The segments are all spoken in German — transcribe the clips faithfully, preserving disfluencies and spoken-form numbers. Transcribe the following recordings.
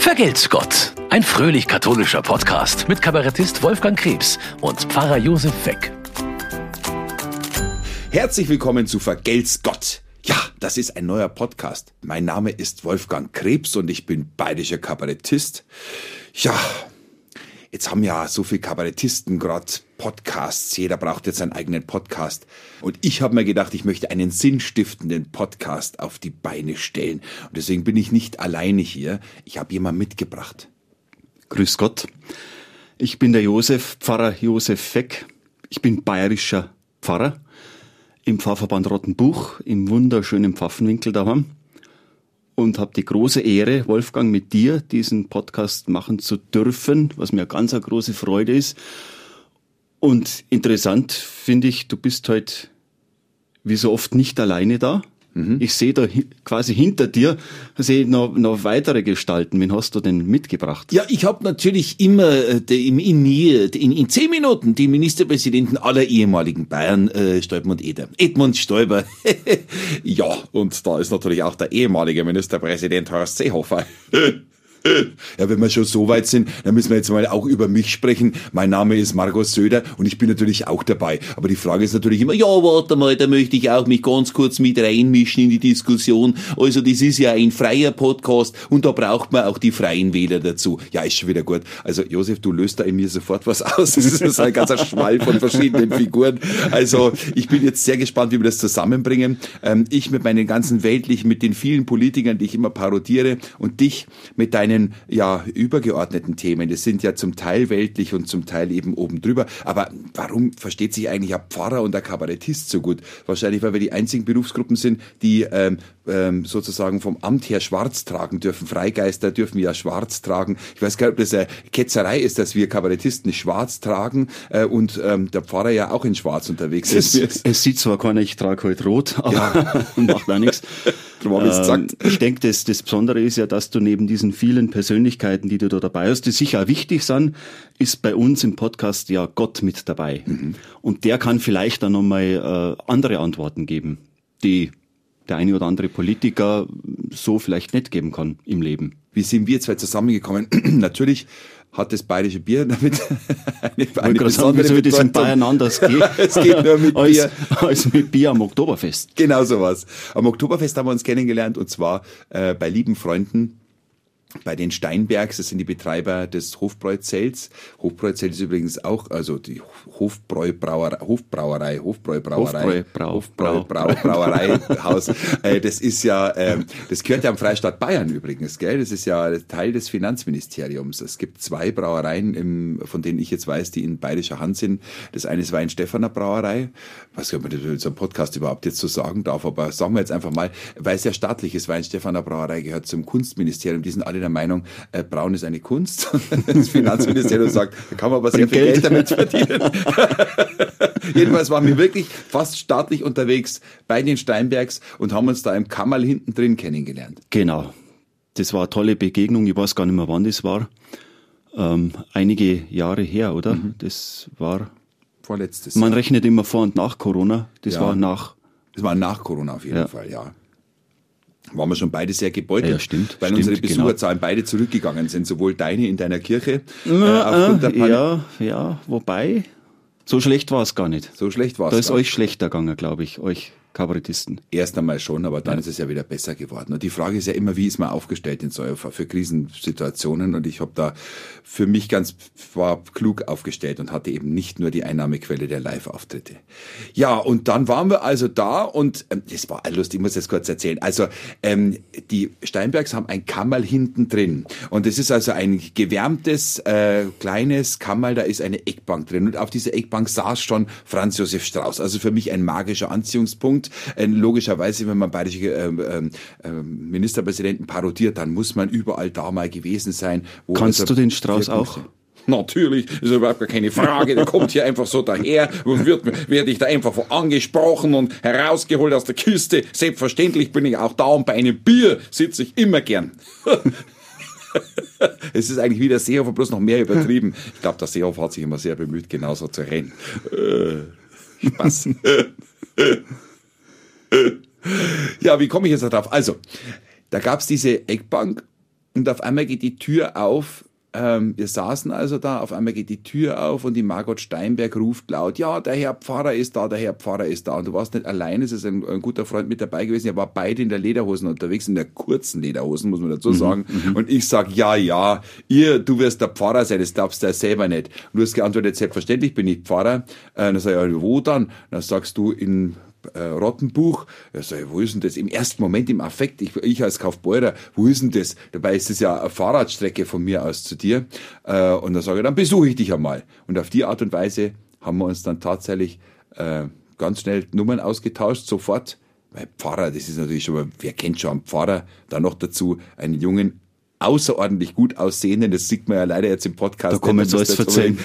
Vergelt's Gott, ein fröhlich-katholischer Podcast mit Kabarettist Wolfgang Krebs und Pfarrer Josef Feck. Herzlich willkommen zu Vergelt's Gott. Ja, das ist ein neuer Podcast. Mein Name ist Wolfgang Krebs und ich bin bayerischer Kabarettist. Ja, jetzt haben ja so viele Kabarettisten gerade Podcasts. Jeder braucht jetzt seinen eigenen Podcast. Und ich habe mir gedacht, ich möchte einen sinnstiftenden Podcast auf die Beine stellen. Und deswegen bin ich nicht alleine hier. Ich habe jemanden mitgebracht. Grüß Gott. Ich bin der Josef, Pfarrer Josef Feck. Ich bin bayerischer Pfarrer im Pfarrverband Rottenbuch, im wunderschönen Pfaffenwinkel daheim. Und habe die große Ehre, Wolfgang, mit dir diesen Podcast machen zu dürfen, was mir eine ganz eine große Freude ist. Und interessant finde ich, du bist heute wie so oft nicht alleine da. Mhm. Ich sehe da quasi hinter dir sehe noch, noch weitere Gestalten. Wen hast du denn mitgebracht? Ja, ich habe natürlich immer äh, in, in mir, in, in zehn Minuten, die Ministerpräsidenten aller ehemaligen Bayern, äh, Stoiber und Eder. Edmund Stoiber. Ja, und da ist natürlich auch der ehemalige Ministerpräsident Horst Seehofer. Ja, wenn wir schon so weit sind, dann müssen wir jetzt mal auch über mich sprechen. Mein Name ist Markus Söder und ich bin natürlich auch dabei. Aber die Frage ist natürlich immer, ja, warte mal, da möchte ich auch mich ganz kurz mit reinmischen in die Diskussion. Also das ist ja ein freier Podcast und da braucht man auch die freien Wähler dazu. Ja, ist schon wieder gut. Also Josef, du löst da in mir sofort was aus. Das ist ein ganzer Schwall von verschiedenen Figuren. Also ich bin jetzt sehr gespannt, wie wir das zusammenbringen. Ähm, ich mit meinen ganzen weltlichen, mit den vielen Politikern, die ich immer parodiere, und dich mit deinen ja übergeordneten Themen. Das sind ja zum Teil weltlich und zum Teil eben oben drüber. Aber warum versteht sich eigentlich ein Pfarrer und ein Kabarettist so gut? Wahrscheinlich, weil wir die einzigen Berufsgruppen sind, die ähm, ähm, sozusagen vom Amt her schwarz tragen dürfen. Freigeister dürfen ja schwarz tragen. Ich weiß gar nicht, ob das eine Ketzerei ist, dass wir Kabarettisten schwarz tragen äh, und ähm, der Pfarrer ja auch in schwarz unterwegs ist. Es, es sieht zwar keiner, ich trage heute rot, aber ja. Macht auch nichts. Ähm, ich denke, das, das Besondere ist ja, dass du neben diesen vielen Persönlichkeiten, die du da dabei hast, die sicher auch wichtig sind, ist bei uns im Podcast ja Gott mit dabei. Mhm. Und der kann vielleicht dann nochmal äh, andere Antworten geben, die der eine oder andere Politiker so vielleicht nicht geben kann im Leben. Wie sind wir zwei zusammengekommen? Natürlich hat das bayerische Bier damit eine, eine besondere sagen, wie soll das in Bayern anders gehen? Es geht nur mit als, Bier. Als mit Bier am Oktoberfest. Genau sowas. Am Oktoberfest haben wir uns kennengelernt, und zwar äh, bei lieben Freunden, bei den Steinbergs. Das sind die Betreiber des Hofbräuzelts. Hofbräuzelt ist übrigens auch, also die Hofbräubrauerei, Hofbrauerei, Hofbräubrauerei, Hofbräubrauerei-Haus. äh, das ist ja, ähm, das gehört ja am Freistaat Bayern übrigens, gell? Das ist ja Teil des Finanzministeriums. Es gibt zwei Brauereien, im, von denen ich jetzt weiß, die in bayerischer Hand sind. Das eine ist Weinstephaner Brauerei. Was kann man in so einem Podcast überhaupt jetzt so sagen darf, aber sagen wir jetzt einfach mal, weil es ja staatlich ist, Weinstephaner Brauerei gehört zum Kunstministerium. Die sind alle der Meinung, äh, Brauen ist eine Kunst. Das Finanzministerium sagt, da kann man aber sehr viel Geld, Geld damit verdienen. Jedenfalls waren wir wirklich fast staatlich unterwegs bei den Steinbergs und haben uns da im Kammerl hinten drin kennengelernt. Genau. Das war eine tolle Begegnung. Ich weiß gar nicht mehr, wann das war. Ähm, einige Jahre her, oder? Mhm. Das war... Vorletztes Man Jahr. rechnet immer vor und nach Corona. Das ja. war nach... Das war nach Corona auf jeden ja. Fall, ja. Waren wir schon beide sehr gebeutelt, ja, stimmt, weil stimmt, unsere Besucherzahlen genau. beide zurückgegangen sind, sowohl deine in deiner Kirche. Äh, äh, ja, ja, wobei, so schlecht war es gar nicht. So schlecht war es Da ist euch schlechter gegangen, glaube ich, euch Kabarettisten. Erst einmal schon, aber dann ja. ist es ja wieder besser geworden. Und die Frage ist ja immer, wie ist man aufgestellt in so für Krisensituationen? Und ich habe da für mich ganz war klug aufgestellt und hatte eben nicht nur die Einnahmequelle der Live-Auftritte. Ja, und dann waren wir also da und ähm, das war lustig, ich muss das kurz erzählen. Also ähm, die Steinbergs haben ein Kammerl hinten drin und es ist also ein gewärmtes, äh, kleines Kammerl, da ist eine Eckbank drin und auf dieser Eckbank saß schon Franz Josef Strauß. Also für mich ein magischer Anziehungspunkt. Äh, logischerweise, wenn man bayerische äh, äh, Ministerpräsidenten parodiert, dann muss man überall da mal gewesen sein. Wo Kannst also du den Strauß auch? Natürlich, ist überhaupt gar keine Frage. Der kommt hier einfach so daher und wird, werde ich da einfach angesprochen und herausgeholt aus der Kiste. Selbstverständlich bin ich auch da und bei einem Bier sitze ich immer gern. Es ist eigentlich wie der Seehofer, bloß noch mehr übertrieben. Ich glaube, der Seehofer hat sich immer sehr bemüht, genauso zu rennen. Äh, Spaß. Ja, wie komme ich jetzt da drauf? Also, da gab's diese Eckbank und auf einmal geht die Tür auf. Ähm, wir saßen also da, auf einmal geht die Tür auf und die Margot Steinberg ruft laut, ja, der Herr Pfarrer ist da, der Herr Pfarrer ist da. Und du warst nicht allein, es ist ein, ein guter Freund mit dabei gewesen, er war beide in der Lederhosen unterwegs, in der kurzen Lederhosen, muss man dazu sagen. Mhm, und ich sag, ja, ja, ihr, du wirst der Pfarrer sein, das glaubst du ja selber nicht. Und du hast geantwortet, selbstverständlich bin ich Pfarrer. Äh, dann sag ich, ja, wo dann? Dann sagst du, in Äh, Rottenbuch. Ja, sag ich, wo ist denn das? Im ersten Moment, im Affekt, ich, ich als Kaufbeurer, wo ist denn das? Dabei ist das ja eine Fahrradstrecke von mir aus zu dir. Äh, und dann sage ich, dann besuche ich dich einmal. Und auf die Art und Weise haben wir uns dann tatsächlich äh, ganz schnell Nummern ausgetauscht, sofort. Weil Pfarrer, das ist natürlich schon mal, wer kennt schon einen Pfarrer? Dann noch dazu einen jungen, außerordentlich gut aussehenden, das sieht man ja leider jetzt im Podcast. Da kann man jetzt alles verzeihen.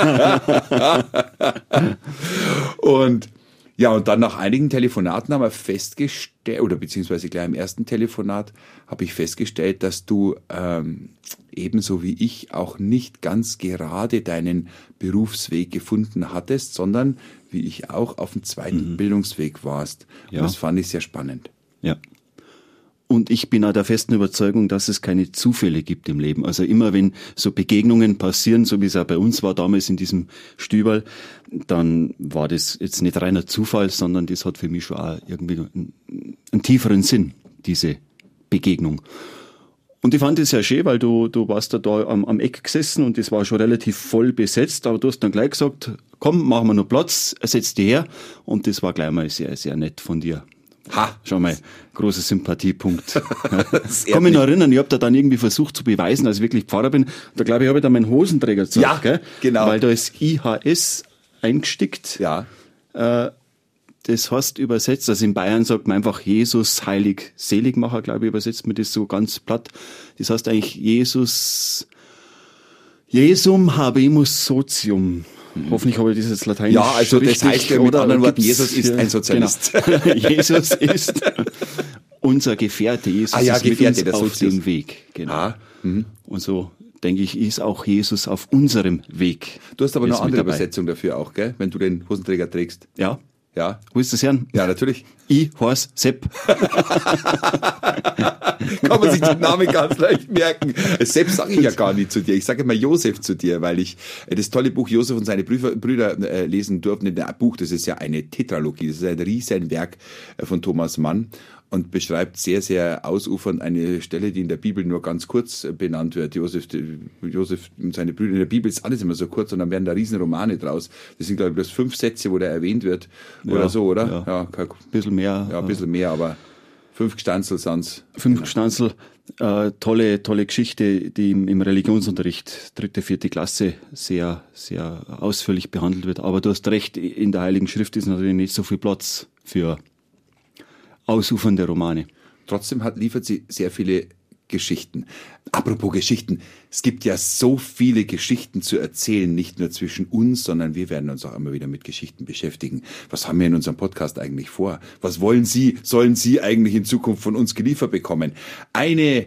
Und ja, und dann nach einigen Telefonaten haben wir festgestellt, oder beziehungsweise gleich im ersten Telefonat habe ich festgestellt, dass du ähm, ebenso wie ich auch nicht ganz gerade deinen Berufsweg gefunden hattest, sondern wie ich auch auf dem zweiten mhm. Bildungsweg warst. Ja. Und das fand ich sehr spannend. Ja. Und ich bin auch der festen Überzeugung, dass es keine Zufälle gibt im Leben. Also immer wenn so Begegnungen passieren, so wie es auch bei uns war damals in diesem Stüberl, dann war das jetzt nicht reiner Zufall, sondern das hat für mich schon auch irgendwie einen, einen tieferen Sinn, diese Begegnung. Und ich fand das sehr schön, weil du, du warst da, da am, am Eck gesessen und das war schon relativ voll besetzt, aber du hast dann gleich gesagt, komm, machen wir noch Platz, setz dich her. Und das war gleich mal sehr, sehr nett von dir. Ha, schau mal, großer Sympathiepunkt. Ich kann mich noch erinnern, ich habe da dann irgendwie versucht zu beweisen, dass ich wirklich Pfarrer bin. Da glaube ich, habe ich da meinen Hosenträger gezeigt, ja, gell? Genau. Weil da ist I H S eingestickt. Ja. Äh, das heißt übersetzt, also in Bayern sagt man einfach Jesus, heilig, Seligmacher, glaube ich, übersetzt man das so ganz platt. Das heißt eigentlich Jesus, Jesum habemus socium. Hoffentlich habe ich das jetzt lateinisch Ja, also richtig, das heißt ja mit anderen Worten, Jesus ist ein Sozialist. Genau. Jesus ist unser Gefährte. Jesus ah, ja, ist Gefährte, mit uns auf Sozius. dem Weg. Genau. Ah, mhm. Und so, denke ich, ist auch Jesus auf unserem Weg. Du hast aber noch Ist eine andere mit dabei. Übersetzung dafür auch, gell? Wenn du den Hosenträger trägst. Ja. Ja. Willst du das hören? Ja, natürlich. Ich heiße Sepp. Kann man sich den Namen ganz leicht merken. Sepp sage ich ja gar nicht zu dir. Ich sage immer Josef zu dir, weil ich das tolle Buch Josef und seine Brüder, Brüder äh, lesen durfte. Ein Buch, das ist ja eine Tetralogie. Das ist ein Riesenwerk von Thomas Mann und beschreibt sehr, sehr ausufernd eine Stelle, die in der Bibel nur ganz kurz benannt wird. Josef, Josef und seine Brüder. In der Bibel ist alles immer so kurz und dann werden da Riesenromane draus. Das sind, glaube ich, bloß fünf Sätze, wo der erwähnt wird oder Ja, so, oder? ja. Ja, kein, Ein bisschen mehr. ja, ein bisschen mehr, aber fünf Gestanzel sind's. Fünf Stanzel, äh, tolle, tolle Geschichte, die im, im Religionsunterricht, dritte, vierte Klasse, sehr, sehr ausführlich behandelt wird. Aber du hast recht, in der Heiligen Schrift ist natürlich nicht so viel Platz für ausufernde Romane. Trotzdem hat, liefert sie sehr viele Geschichten. Apropos Geschichten, es gibt ja so viele Geschichten zu erzählen, nicht nur zwischen uns, sondern wir werden uns auch immer wieder mit Geschichten beschäftigen. Was haben wir in unserem Podcast eigentlich vor? Was wollen Sie, sollen Sie eigentlich in Zukunft von uns geliefert bekommen? Eine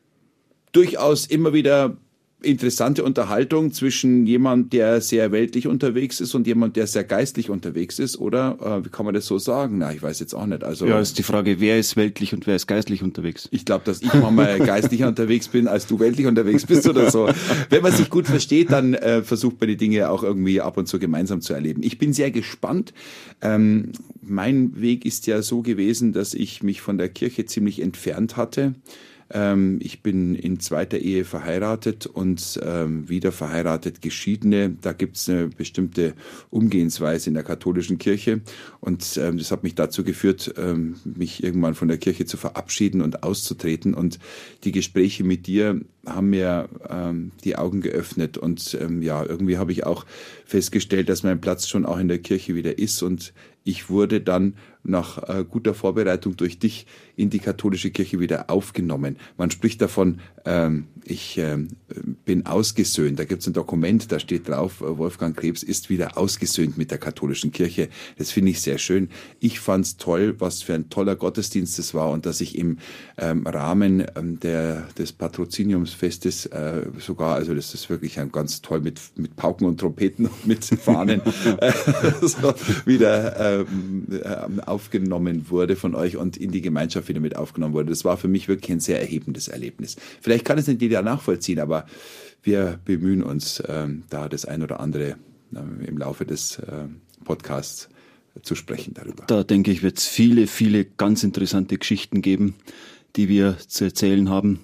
durchaus immer wieder interessante Unterhaltung zwischen jemand, der sehr weltlich unterwegs ist und jemand, der sehr geistlich unterwegs ist, oder? Äh, wie kann man das so sagen? Na, ich weiß jetzt auch nicht. Also Ja, ist die Frage, wer ist weltlich und wer ist geistlich unterwegs? ich glaube, dass ich manchmal geistlicher unterwegs bin, als du weltlich unterwegs bist oder so. Wenn man sich gut versteht, dann äh, versucht man die Dinge auch irgendwie ab und zu gemeinsam zu erleben. Ich bin sehr gespannt. Ähm, mein Weg ist ja so gewesen, dass ich mich von der Kirche ziemlich entfernt hatte. Ähm, ich bin in zweiter Ehe verheiratet und ähm, wieder verheiratet Geschiedene. Da gibt's eine bestimmte Umgehensweise in der katholischen Kirche und ähm, das hat mich dazu geführt, ähm, mich irgendwann von der Kirche zu verabschieden und auszutreten. Und die Gespräche mit dir haben mir ähm, die Augen geöffnet und ähm, ja, irgendwie habe ich auch festgestellt, dass mein Platz schon auch in der Kirche wieder ist und ich wurde dann nach äh, guter Vorbereitung durch dich in die katholische Kirche wieder aufgenommen. Man spricht davon, ähm, ich ähm, bin ausgesöhnt. Da gibt es ein Dokument, da steht drauf, äh, Wolfgang Krebs ist wieder ausgesöhnt mit der katholischen Kirche. Das finde ich sehr schön. Ich fand's toll, was für ein toller Gottesdienst es war und dass ich im ähm, Rahmen ähm, der, des Patroziniumsfestes äh, sogar, also das ist wirklich ein ganz toll mit, mit Pauken und Trompeten und mit Fahnen äh, so wieder äh, aufgenommen wurde von euch und in die Gemeinschaft wieder mit aufgenommen wurde. Das war für mich wirklich ein sehr erhebendes Erlebnis. Vielleicht kann es nicht jeder nachvollziehen, aber wir bemühen uns, äh, da das ein oder andere äh, im Laufe des äh, Podcasts zu sprechen darüber. Da denke ich, wird es viele, viele ganz interessante Geschichten geben, die wir zu erzählen haben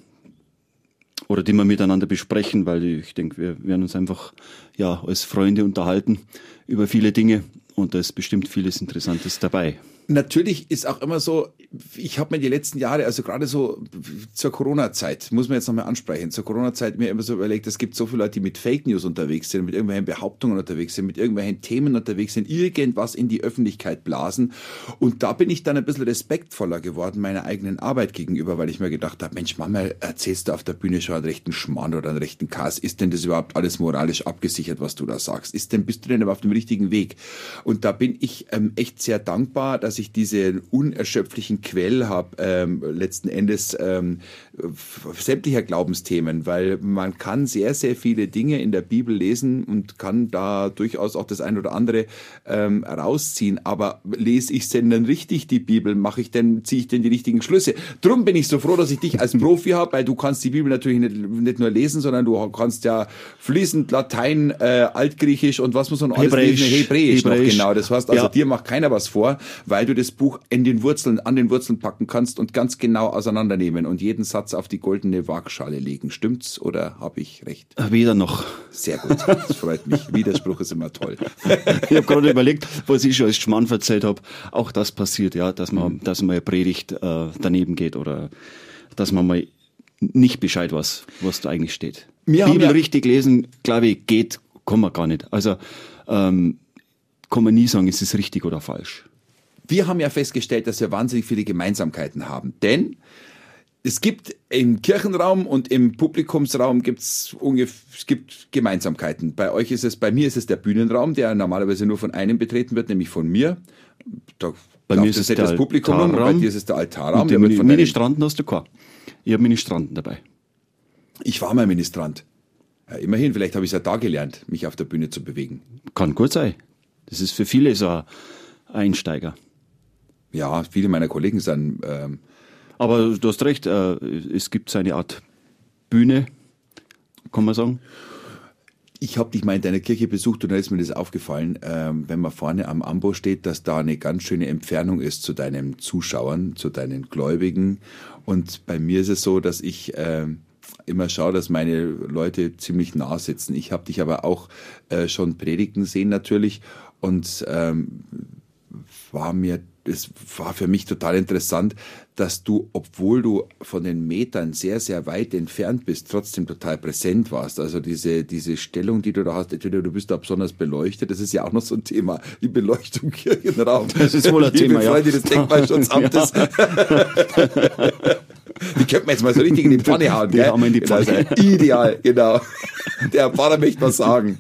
oder die wir miteinander besprechen, weil ich denke, wir werden uns einfach ja als Freunde unterhalten über viele Dinge und da ist bestimmt vieles Interessantes dabei. Natürlich ist auch immer so, ich habe mir die letzten Jahre, also gerade so zur Corona-Zeit, muss man jetzt nochmal ansprechen, zur Corona-Zeit mir immer so überlegt, es gibt so viele Leute, die mit Fake News unterwegs sind, mit irgendwelchen Behauptungen unterwegs sind, mit irgendwelchen Themen unterwegs sind, irgendwas in die Öffentlichkeit blasen. Und da bin ich dann ein bisschen respektvoller geworden meiner eigenen Arbeit gegenüber, weil ich mir gedacht habe, Mensch, Mama, erzählst du auf der Bühne schon einen rechten Schmarrn oder einen rechten Kass? Ist denn das überhaupt alles moralisch abgesichert, was du da sagst? Ist denn, bist du denn auf dem richtigen Weg? Und da bin ich ähm, echt sehr dankbar, dass ich diesen unerschöpflichen Quell habe, ähm, letzten Endes ähm, sämtlicher Glaubensthemen, weil man kann sehr, sehr viele Dinge in der Bibel lesen und kann da durchaus auch das ein oder andere ähm, rausziehen, aber lese ich denn dann richtig die Bibel? Mache ich denn, ziehe ich denn die richtigen Schlüsse? Drum bin ich so froh, dass ich dich als Profi habe, weil du kannst die Bibel natürlich nicht, nicht nur lesen, sondern du kannst ja fließend Latein, äh, Altgriechisch und was muss man alles Hebräisch, lesen? Hebräisch, Hebräisch. noch genau. Das heißt, also Ja. dir macht keiner was vor, weil du das Buch in den Wurzeln, an den Wurzeln packen kannst und ganz genau auseinandernehmen und jeden Satz auf die goldene Waagschale legen. Stimmt's oder habe ich recht? Weder noch. Sehr gut, das freut mich. Widerspruch ist immer toll. Ich habe gerade überlegt, was ich schon als Schmarrn erzählt habe. Auch das passiert, ja, dass man, dass man eine Predigt äh, daneben geht oder dass man mal nicht Bescheid weiß, was da eigentlich steht. Wir haben Bibel ja- richtig lesen, glaube ich, geht, kann man gar nicht. Also ähm, kann man nie sagen, ist es richtig oder falsch. Wir haben ja festgestellt, dass wir wahnsinnig viele Gemeinsamkeiten haben, denn es gibt im Kirchenraum und im Publikumsraum gibt's ungefähr, es gibt Gemeinsamkeiten. Bei euch ist es, bei mir ist es der Bühnenraum, der normalerweise nur von einem betreten wird, nämlich von mir. Da Bei läuft mir ist es nicht der das Publikum rum, und bei Altarraum. dir ist es der Altarraum. Und Der die wird von deinen, Ministranten hast du keinen. Ich habe Ministranten dabei. ich war mal Ministrant. Ja, immerhin, vielleicht habe ich es ja da gelernt, mich auf der Bühne zu bewegen. Kann gut sein. Das ist für viele so ein Einsteiger. Ja, viele meiner Kollegen sind ähm, Aber du hast recht, äh, es gibt so eine Art Bühne, kann man sagen. Ich habe dich mal in deiner Kirche besucht und da ist mir das aufgefallen, ähm, wenn man vorne am Ambo steht, dass da eine ganz schöne Entfernung ist zu deinen Zuschauern, zu deinen Gläubigen. Und bei mir ist es so, dass ich ähm, immer schaue, dass meine Leute ziemlich nah sitzen. Ich habe dich aber auch äh, schon predigen sehen natürlich und ähm, war mir es war für mich total interessant, dass du, obwohl du von den Metern sehr, sehr weit entfernt bist, trotzdem total präsent warst. Also diese, diese Stellung, die du da hast, entweder du bist da besonders beleuchtet, das ist ja auch noch so ein Thema, die Beleuchtung Kirchenraum. Das ist wohl ein Liebe Thema, ja. Freunde des Denkmalschutzamtes. Die könnten wir jetzt mal so richtig in die Pfanne hauen, Die gell? hauen wir in die Genau, Pfanne. das ist ideal, genau. Der Pfarrer möchte was sagen.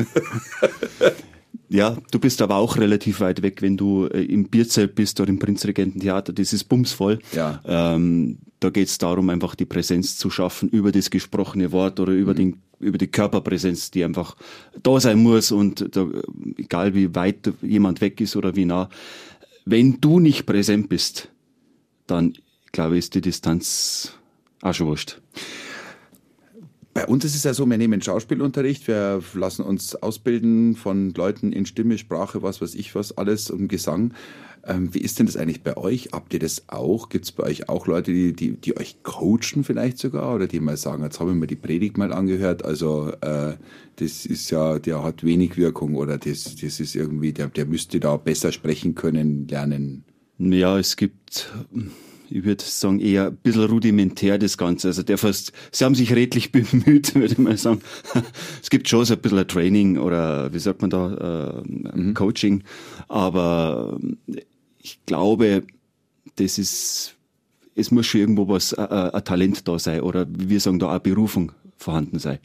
Ja, du bist aber auch relativ weit weg, wenn du äh, im Bierzelt bist oder im Prinzregententheater, das ist bumsvoll. Ja. Ähm, da geht es darum, einfach die Präsenz zu schaffen über das gesprochene Wort oder über, den, über die Körperpräsenz, die einfach da sein muss und da, egal wie weit jemand weg ist oder wie nah, wenn du nicht präsent bist, dann glaube ich, ist die Distanz auch schon wurscht. Bei uns ist es ja so, wir nehmen Schauspielunterricht, wir lassen uns ausbilden von Leuten in Stimme, Sprache, was weiß ich was, alles und Gesang. Ähm, wie ist denn das eigentlich bei euch? Habt ihr das auch? Gibt es bei euch auch Leute, die, die, die euch coachen vielleicht sogar oder die mal sagen, jetzt habe ich mir die Predigt mal angehört, also äh, das ist ja, der hat wenig Wirkung oder das, das ist irgendwie, der, der müsste da besser sprechen können, lernen. Ja, es gibt, ich würde sagen, eher ein bisschen rudimentär das Ganze. Also der fast, sie haben sich redlich bemüht, würde ich mal sagen. Es gibt schon so ein bisschen ein Training oder wie sagt man da, äh, mhm. Coaching. Aber ich glaube, das ist, es muss schon irgendwo was, äh, ein Talent da sein oder wie wir sagen, da eine Berufung vorhanden sein.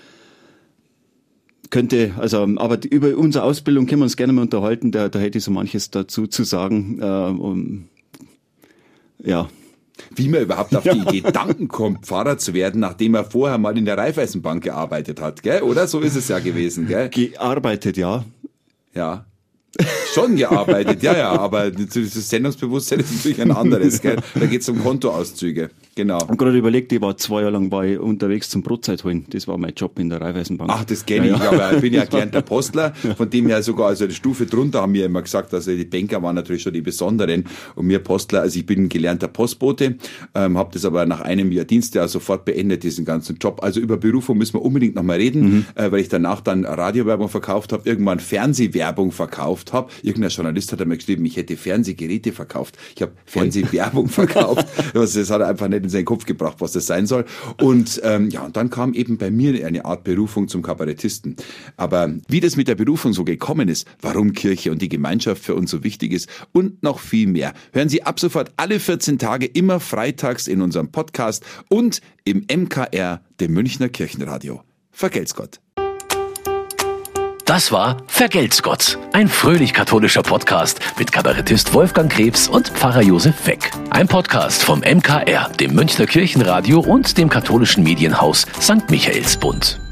Könnte, also, aber über unsere Ausbildung können wir uns gerne mal unterhalten, da, da hätte ich so manches dazu zu sagen, äh, um, ja. Wie man überhaupt auf die Gedanken kommt, Pfarrer zu werden, nachdem er vorher mal in der Raiffeisenbank gearbeitet hat, gell? Oder? So ist es ja gewesen, gell? Gearbeitet, ja. Ja. Schon gearbeitet, ja, ja, aber das Sendungsbewusstsein ist natürlich ein anderes, gell? Da geht es um Kontoauszüge, genau. Ich habe gerade überlegt, ich war zwei Jahre lang war ich unterwegs zum Brotzeit holen. Das war mein Job in der Raiffeisenbank. Ach, das kenne ich, ja, ja. aber ich bin ja gelernter Postler, von dem her sogar, also die Stufe drunter haben wir immer gesagt, also die Banker waren natürlich schon die Besonderen und mir Postler, also ich bin gelernter Postbote, ähm, habe das aber nach einem Jahr Dienstjahr sofort beendet, diesen ganzen Job. Also über Berufung müssen wir unbedingt nochmal reden, mhm. äh, weil ich danach dann Radiowerbung verkauft habe, irgendwann Fernsehwerbung verkauft habe. Irgendein Journalist hat einmal geschrieben, ich hätte Fernsehgeräte verkauft. Ich habe Fernsehwerbung verkauft. Das hat er einfach nicht in seinen Kopf gebracht, was das sein soll. Und ähm, ja, und dann kam eben bei mir eine Art Berufung zum Kabarettisten. Aber wie das mit der Berufung so gekommen ist, warum Kirche und die Gemeinschaft für uns so wichtig ist und noch viel mehr, hören Sie ab sofort alle vierzehn Tage immer freitags in unserem Podcast und im M K R, dem Münchner Kirchenradio. Vergelt's Gott. Das war Vergelt's Gott, ein fröhlich-katholischer Podcast mit Kabarettist Wolfgang Krebs und Pfarrer Josef Feck. Ein Podcast vom M K R, dem Münchner Kirchenradio und dem katholischen Medienhaus Sankt Michaelsbund.